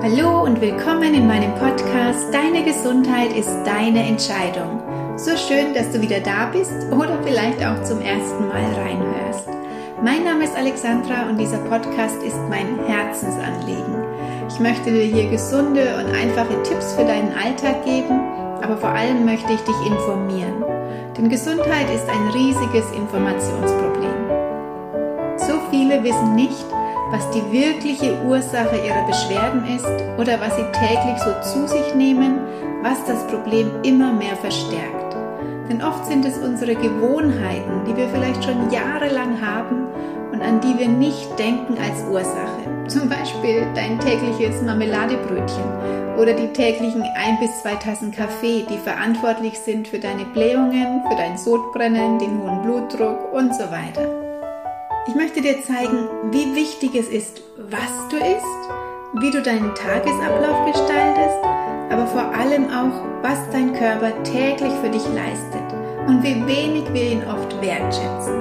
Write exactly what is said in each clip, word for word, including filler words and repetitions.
Hallo und willkommen in meinem Podcast Deine Gesundheit ist deine Entscheidung. So schön, dass du wieder da bist oder vielleicht auch zum ersten Mal reinhörst. Mein Name ist Alexandra und dieser Podcast ist mein Herzensanliegen. Ich möchte dir hier gesunde und einfache Tipps für deinen Alltag geben, aber vor allem möchte ich dich informieren. Denn Gesundheit ist ein riesiges Informationsproblem. So viele wissen nicht, was die wirkliche Ursache ihrer Beschwerden ist oder was sie täglich so zu sich nehmen, was das Problem immer mehr verstärkt. Denn oft sind es unsere Gewohnheiten, die wir vielleicht schon jahrelang haben und an die wir nicht denken als Ursache. Zum Beispiel dein tägliches Marmeladebrötchen oder die täglichen ein bis zwei Tassen Kaffee, die verantwortlich sind für deine Blähungen, für dein Sodbrennen, den hohen Blutdruck und so weiter. Ich möchte dir zeigen, wie wichtig es ist, was du isst, wie du deinen Tagesablauf gestaltest, aber vor allem auch, was dein Körper täglich für dich leistet und wie wenig wir ihn oft wertschätzen.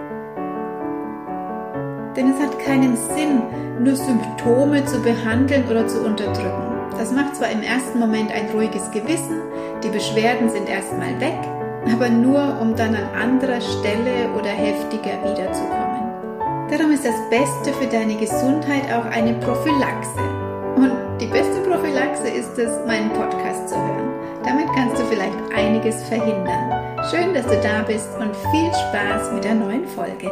Denn es hat keinen Sinn, nur Symptome zu behandeln oder zu unterdrücken. Das macht zwar im ersten Moment ein ruhiges Gewissen, die Beschwerden sind erstmal weg, aber nur, um dann an anderer Stelle oder heftiger wiederzukommen. Darum ist das Beste für deine Gesundheit auch eine Prophylaxe. Und die beste Prophylaxe ist es, meinen Podcast zu hören. Damit kannst du vielleicht einiges verhindern. Schön, dass du da bist und viel Spaß mit der neuen Folge.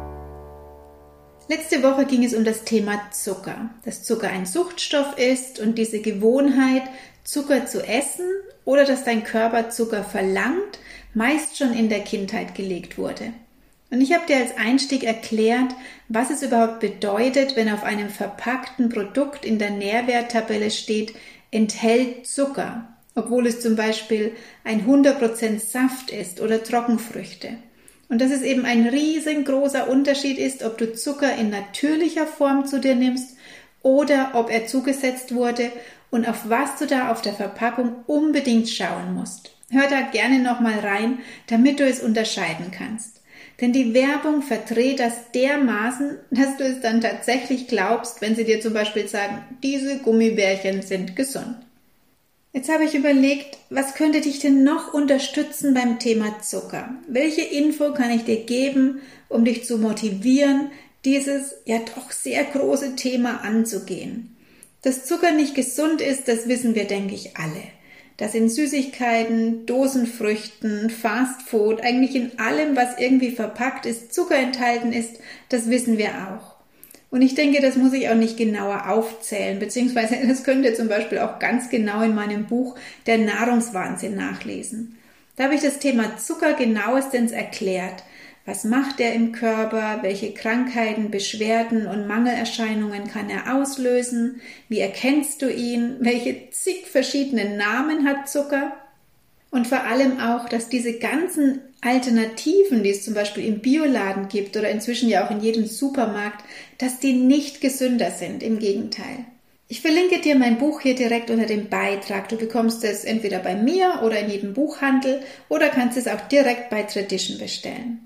Letzte Woche ging es um das Thema Zucker. Dass Zucker ein Suchtstoff ist und diese Gewohnheit, Zucker zu essen oder dass dein Körper Zucker verlangt, meist schon in der Kindheit gelegt wurde. Und ich habe dir als Einstieg erklärt, was es überhaupt bedeutet, wenn auf einem verpackten Produkt in der Nährwerttabelle steht, enthält Zucker, obwohl es zum Beispiel ein hundert Prozent Saft ist oder Trockenfrüchte. Und dass es eben ein riesengroßer Unterschied ist, ob du Zucker in natürlicher Form zu dir nimmst oder ob er zugesetzt wurde und auf was du da auf der Verpackung unbedingt schauen musst. Hör da gerne nochmal rein, damit du es unterscheiden kannst. Denn die Werbung verdreht das dermaßen, dass du es dann tatsächlich glaubst, wenn sie dir zum Beispiel sagen, diese Gummibärchen sind gesund. Jetzt habe ich überlegt, was könnte dich denn noch unterstützen beim Thema Zucker? Welche Info kann ich dir geben, um dich zu motivieren, dieses ja doch sehr große Thema anzugehen? Dass Zucker nicht gesund ist, das wissen wir, denke ich, alle. Dass in Süßigkeiten, Dosenfrüchten, Fastfood, eigentlich in allem, was irgendwie verpackt ist, Zucker enthalten ist, das wissen wir auch. Und ich denke, das muss ich auch nicht genauer aufzählen, beziehungsweise das könnt ihr zum Beispiel auch ganz genau in meinem Buch Der Nahrungswahnsinn nachlesen. Da habe ich das Thema Zucker genauestens erklärt. Was macht er im Körper? Welche Krankheiten, Beschwerden und Mangelerscheinungen kann er auslösen? Wie erkennst du ihn? Welche zig verschiedenen Namen hat Zucker? Und vor allem auch, dass diese ganzen Alternativen, die es zum Beispiel im Bioladen gibt oder inzwischen ja auch in jedem Supermarkt, dass die nicht gesünder sind, im Gegenteil. Ich verlinke dir mein Buch hier direkt unter dem Beitrag. Du bekommst es entweder bei mir oder in jedem Buchhandel oder kannst es auch direkt bei Tradition bestellen.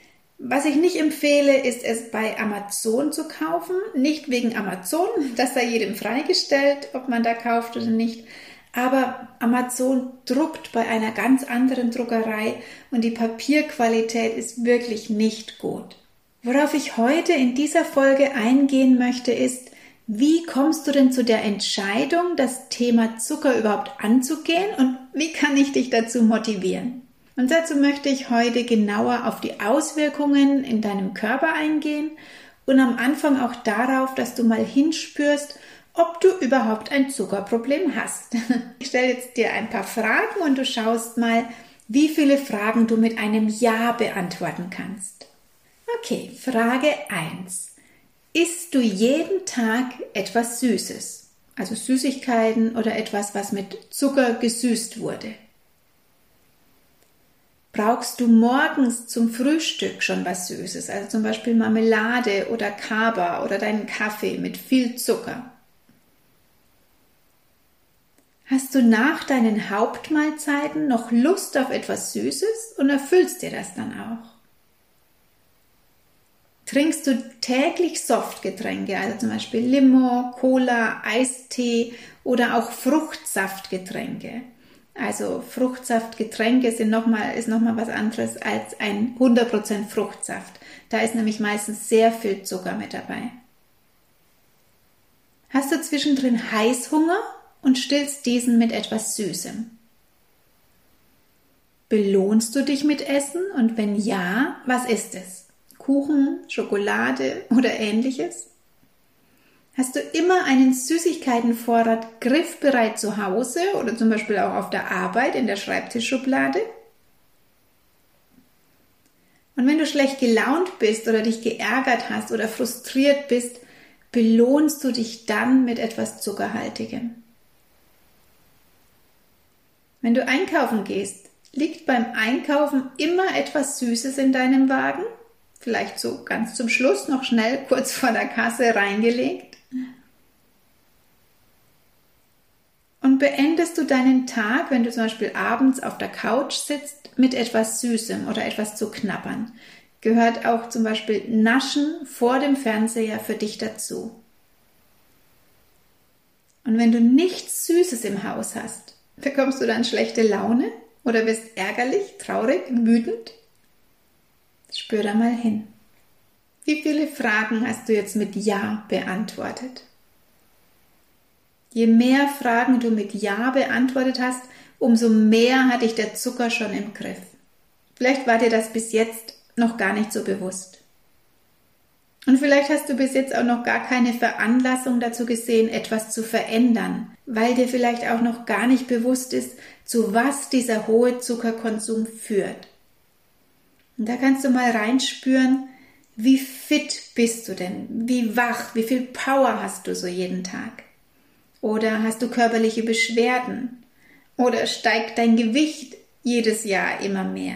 Was ich nicht empfehle, ist es bei Amazon zu kaufen. Nicht wegen Amazon, das sei jedem freigestellt, ob man da kauft oder nicht. Aber Amazon druckt bei einer ganz anderen Druckerei und die Papierqualität ist wirklich nicht gut. Worauf ich heute in dieser Folge eingehen möchte, ist, wie kommst du denn zu der Entscheidung, das Thema Zucker überhaupt anzugehen und wie kann ich dich dazu motivieren? Und dazu möchte ich heute genauer auf die Auswirkungen in deinem Körper eingehen und am Anfang auch darauf, dass du mal hinspürst, ob du überhaupt ein Zuckerproblem hast. Ich stelle jetzt dir ein paar Fragen und du schaust mal, wie viele Fragen du mit einem Ja beantworten kannst. Okay, Frage eins. Isst du jeden Tag etwas Süßes? Also Süßigkeiten oder etwas, was mit Zucker gesüßt wurde? Brauchst du morgens zum Frühstück schon was Süßes, also zum Beispiel Marmelade oder Kaba oder deinen Kaffee mit viel Zucker? Hast du nach deinen Hauptmahlzeiten noch Lust auf etwas Süßes und erfüllst dir das dann auch? Trinkst du täglich Softgetränke, also zum Beispiel Limo, Cola, Eistee oder auch Fruchtsaftgetränke? Also Fruchtsaftgetränke sind noch mal, ist nochmal was anderes als ein hundert Prozent Fruchtsaft. Da ist nämlich meistens sehr viel Zucker mit dabei. Hast du zwischendrin Heißhunger und stillst diesen mit etwas Süßem? Belohnst du dich mit Essen und wenn ja, was ist es? Kuchen, Schokolade oder ähnliches? Hast du immer einen Süßigkeitenvorrat griffbereit zu Hause oder zum Beispiel auch auf der Arbeit in der Schreibtischschublade? Und wenn du schlecht gelaunt bist oder dich geärgert hast oder frustriert bist, belohnst du dich dann mit etwas Zuckerhaltigem. Wenn du einkaufen gehst, liegt beim Einkaufen immer etwas Süßes in deinem Wagen? Vielleicht so ganz zum Schluss noch schnell kurz vor der Kasse reingelegt? Und beendest du deinen Tag, wenn du zum Beispiel abends auf der Couch sitzt, mit etwas Süßem oder etwas zu knabbern? Gehört auch zum Beispiel Naschen vor dem Fernseher für dich dazu. Und wenn du nichts Süßes im Haus hast, bekommst du dann schlechte Laune oder wirst ärgerlich, traurig, wütend? Spür da mal hin. Wie viele Fragen hast du jetzt mit Ja beantwortet? Je mehr Fragen du mit Ja beantwortet hast, umso mehr hat dich der Zucker schon im Griff. Vielleicht war dir das bis jetzt noch gar nicht so bewusst. Und vielleicht hast du bis jetzt auch noch gar keine Veranlassung dazu gesehen, etwas zu verändern, weil dir vielleicht auch noch gar nicht bewusst ist, zu was dieser hohe Zuckerkonsum führt. Und da kannst du mal reinspüren, wie fit bist du denn? Wie wach? Wie viel Power hast du so jeden Tag? Oder hast du körperliche Beschwerden? Oder steigt dein Gewicht jedes Jahr immer mehr?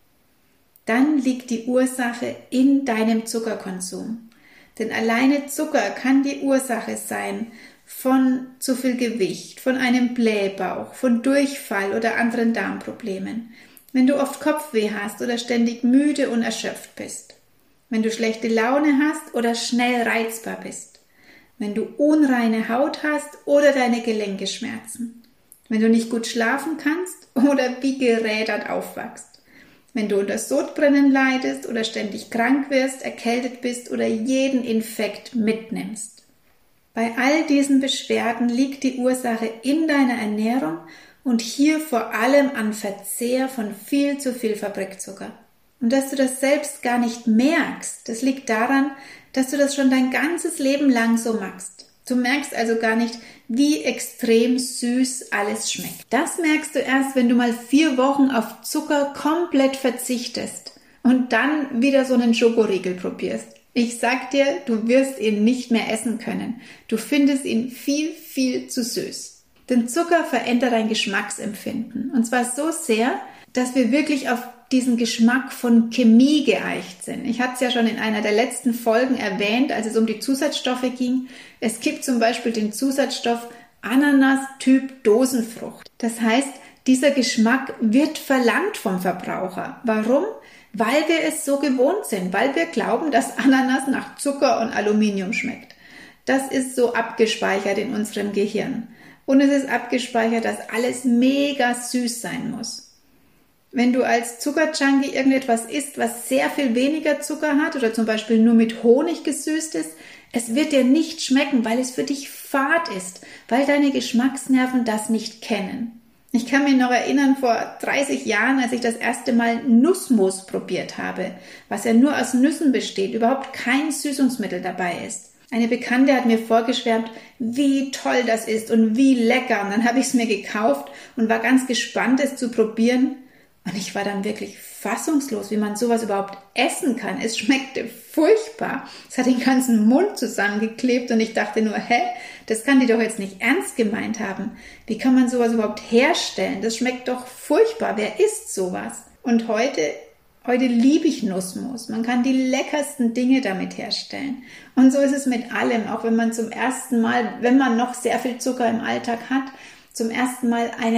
Dann liegt die Ursache in deinem Zuckerkonsum. Denn alleine Zucker kann die Ursache sein von zu viel Gewicht, von einem Blähbauch, von Durchfall oder anderen Darmproblemen. Wenn du oft Kopfweh hast oder ständig müde und erschöpft bist. Wenn du schlechte Laune hast oder schnell reizbar bist. Wenn du unreine Haut hast oder deine Gelenke schmerzen. Wenn du nicht gut schlafen kannst oder wie gerädert aufwachst. Wenn du unter Sodbrennen leidest oder ständig krank wirst, erkältet bist oder jeden Infekt mitnimmst. Bei all diesen Beschwerden liegt die Ursache in deiner Ernährung und hier vor allem an Verzehr von viel zu viel Fabrikzucker. Und dass du das selbst gar nicht merkst, das liegt daran, dass du das schon dein ganzes Leben lang so machst. Du merkst also gar nicht, wie extrem süß alles schmeckt. Das merkst du erst, wenn du mal vier Wochen auf Zucker komplett verzichtest und dann wieder so einen Schokoriegel probierst. Ich sag dir, du wirst ihn nicht mehr essen können. Du findest ihn viel, viel zu süß. Denn Zucker verändert dein Geschmacksempfinden. Und zwar so sehr, dass wir wirklich auf diesen Geschmack von Chemie geeicht sind. Ich hatte es ja schon in einer der letzten Folgen erwähnt, als es um die Zusatzstoffe ging. Es gibt zum Beispiel den Zusatzstoff Ananas-Typ Dosenfrucht. Das heißt, dieser Geschmack wird verlangt vom Verbraucher. Warum? Weil wir es so gewohnt sind, weil wir glauben, dass Ananas nach Zucker und Aluminium schmeckt. Das ist so abgespeichert in unserem Gehirn. Und es ist abgespeichert, dass alles mega süß sein muss. Wenn du als Zuckerjunkie irgendetwas isst, was sehr viel weniger Zucker hat oder zum Beispiel nur mit Honig gesüßt ist, es wird dir nicht schmecken, weil es für dich fad ist, weil deine Geschmacksnerven das nicht kennen. Ich kann mich noch erinnern, vor dreißig Jahren, als ich das erste Mal Nussmus probiert habe, was ja nur aus Nüssen besteht, überhaupt kein Süßungsmittel dabei ist. Eine Bekannte hat mir vorgeschwärmt, wie toll das ist und wie lecker. Und dann habe ich es mir gekauft und war ganz gespannt, es zu probieren. Und ich war dann wirklich fassungslos, wie man sowas überhaupt essen kann. Es schmeckte furchtbar. Es hat den ganzen Mund zusammengeklebt und ich dachte nur, hä, das kann die doch jetzt nicht ernst gemeint haben. Wie kann man sowas überhaupt herstellen? Das schmeckt doch furchtbar. Wer isst sowas? Und heute, heute liebe ich Nussmus. Man kann die leckersten Dinge damit herstellen. Und so ist es mit allem, auch wenn man zum ersten Mal, wenn man noch sehr viel Zucker im Alltag hat, zum ersten Mal einen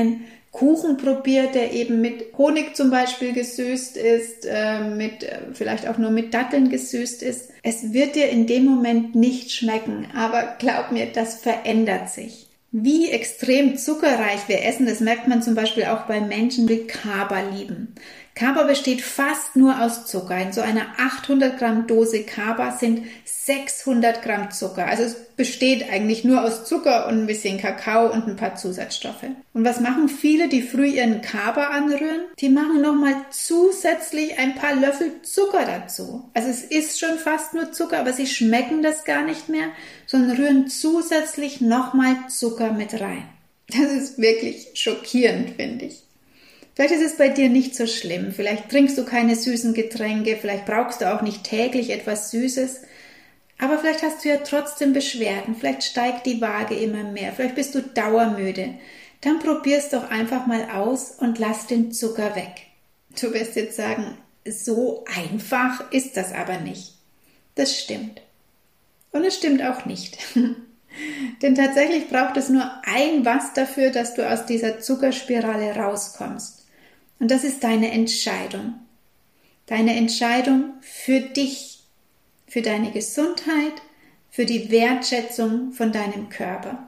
Kuchen probiert, der eben mit Honig zum Beispiel gesüßt ist, äh, mit, äh, vielleicht auch nur mit Datteln gesüßt ist. Es wird dir in dem Moment nicht schmecken, aber glaub mir, das verändert sich. Wie extrem zuckerreich wir essen, das merkt man zum Beispiel auch bei Menschen, die Kaba lieben. Kaba besteht fast nur aus Zucker. In so einer achthundert Gramm Dose Kaba sind sechshundert Gramm Zucker. Also es besteht eigentlich nur aus Zucker und ein bisschen Kakao und ein paar Zusatzstoffe. Und was machen viele, die früh ihren Kaba anrühren? Die machen nochmal zusätzlich ein paar Löffel Zucker dazu. Also es ist schon fast nur Zucker, aber sie schmecken das gar nicht mehr, sondern rühren zusätzlich nochmal Zucker mit rein. Das ist wirklich schockierend, finde ich. Vielleicht ist es bei dir nicht so schlimm. Vielleicht trinkst du keine süßen Getränke, vielleicht brauchst du auch nicht täglich etwas Süßes. Aber vielleicht hast du ja trotzdem Beschwerden, vielleicht steigt die Waage immer mehr, vielleicht bist du dauermüde. Dann probier's doch einfach mal aus und lass den Zucker weg. Du wirst jetzt sagen, so einfach ist das aber nicht. Das stimmt. Und es stimmt auch nicht. Denn tatsächlich braucht es nur ein Was dafür, dass du aus dieser Zuckerspirale rauskommst. Und das ist deine Entscheidung. Deine Entscheidung für dich, für deine Gesundheit, für die Wertschätzung von deinem Körper.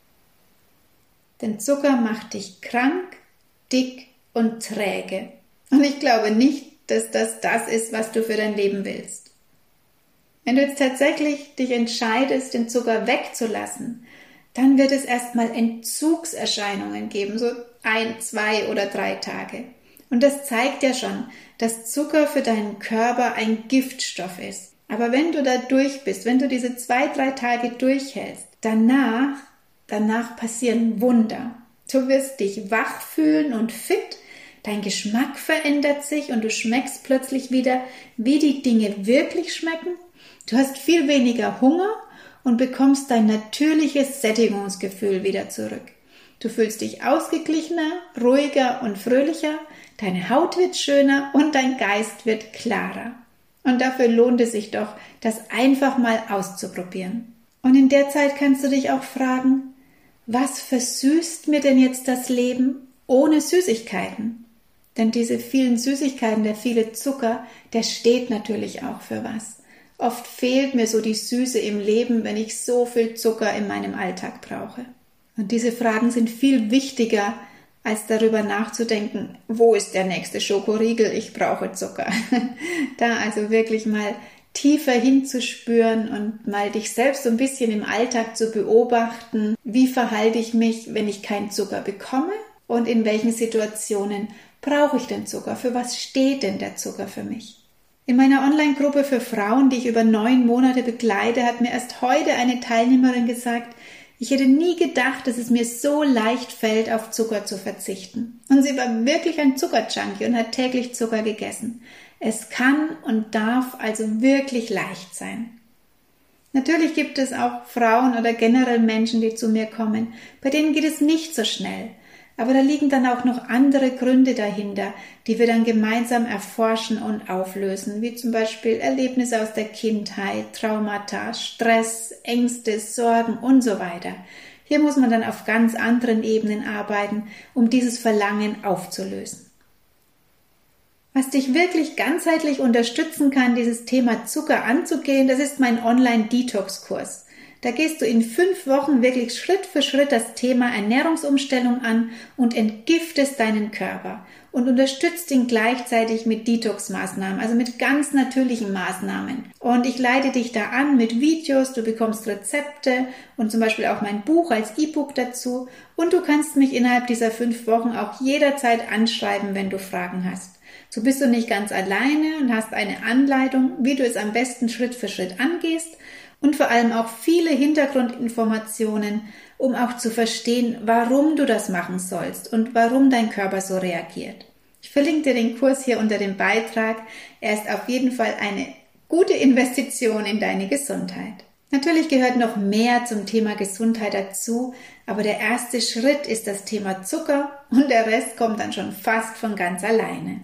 Denn Zucker macht dich krank, dick und träge. Und ich glaube nicht, dass das das ist, was du für dein Leben willst. Wenn du jetzt tatsächlich dich entscheidest, den Zucker wegzulassen, dann wird es erstmal Entzugserscheinungen geben, so ein, zwei oder drei Tage. Und das zeigt ja schon, dass Zucker für deinen Körper ein Giftstoff ist. Aber wenn du da durch bist, wenn du diese zwei, drei Tage durchhältst, danach, danach passieren Wunder. Du wirst dich wach fühlen und fit, dein Geschmack verändert sich und du schmeckst plötzlich wieder, wie die Dinge wirklich schmecken. Du hast viel weniger Hunger und bekommst dein natürliches Sättigungsgefühl wieder zurück. Du fühlst dich ausgeglichener, ruhiger und fröhlicher, deine Haut wird schöner und dein Geist wird klarer. Und dafür lohnt es sich doch, das einfach mal auszuprobieren. Und in der Zeit kannst du dich auch fragen, was versüßt mir denn jetzt das Leben ohne Süßigkeiten? Denn diese vielen Süßigkeiten, der viele Zucker, der steht natürlich auch für was. Oft fehlt mir so die Süße im Leben, wenn ich so viel Zucker in meinem Alltag brauche. Und diese Fragen sind viel wichtiger, als darüber nachzudenken, wo ist der nächste Schokoriegel, ich brauche Zucker. Da also wirklich mal tiefer hinzuspüren und mal dich selbst so ein bisschen im Alltag zu beobachten, wie verhalte ich mich, wenn ich keinen Zucker bekomme und in welchen Situationen brauche ich den Zucker, für was steht denn der Zucker für mich? In meiner Online-Gruppe für Frauen, die ich über neun Monate begleite, hat mir erst heute eine Teilnehmerin gesagt, ich hätte nie gedacht, dass es mir so leicht fällt, auf Zucker zu verzichten. Und sie war wirklich ein Zuckerjunkie und hat täglich Zucker gegessen. Es kann und darf also wirklich leicht sein. Natürlich gibt es auch Frauen oder generell Menschen, die zu mir kommen, bei denen geht es nicht so schnell. Aber da liegen dann auch noch andere Gründe dahinter, die wir dann gemeinsam erforschen und auflösen, wie zum Beispiel Erlebnisse aus der Kindheit, Traumata, Stress, Ängste, Sorgen und so weiter. Hier muss man dann auf ganz anderen Ebenen arbeiten, um dieses Verlangen aufzulösen. Was dich wirklich ganzheitlich unterstützen kann, dieses Thema Zucker anzugehen, das ist mein Online-Detox-Kurs. Da gehst du in fünf Wochen wirklich Schritt für Schritt das Thema Ernährungsumstellung an und entgiftest deinen Körper und unterstützt ihn gleichzeitig mit Detox-Maßnahmen, also mit ganz natürlichen Maßnahmen. Und ich leite dich da an mit Videos, du bekommst Rezepte und zum Beispiel auch mein Buch als E-Book dazu und du kannst mich innerhalb dieser fünf Wochen auch jederzeit anschreiben, wenn du Fragen hast. So bist du nicht ganz alleine und hast eine Anleitung, wie du es am besten Schritt für Schritt angehst und vor allem auch viele Hintergrundinformationen, um auch zu verstehen, warum du das machen sollst und warum dein Körper so reagiert. Ich verlinke dir den Kurs hier unter dem Beitrag. Er ist auf jeden Fall eine gute Investition in deine Gesundheit. Natürlich gehört noch mehr zum Thema Gesundheit dazu, aber der erste Schritt ist das Thema Zucker und der Rest kommt dann schon fast von ganz alleine.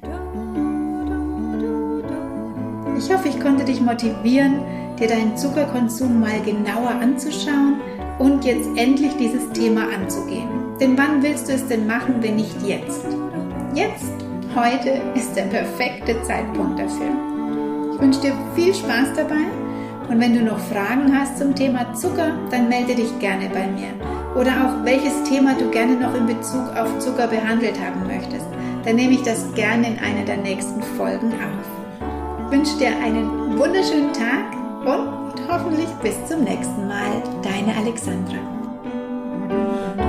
Ich hoffe, ich konnte dich motivieren, dir deinen Zuckerkonsum mal genauer anzuschauen und jetzt endlich dieses Thema anzugehen. Denn wann willst du es denn machen, wenn nicht jetzt? Jetzt, heute ist der perfekte Zeitpunkt dafür. Ich wünsche dir viel Spaß dabei und wenn du noch Fragen hast zum Thema Zucker, dann melde dich gerne bei mir. Oder auch welches Thema du gerne noch in Bezug auf Zucker behandelt haben möchtest. Dann nehme ich das gerne in einer der nächsten Folgen auf. Ich wünsche dir einen wunderschönen Tag und hoffentlich bis zum nächsten Mal. Deine Alexandra.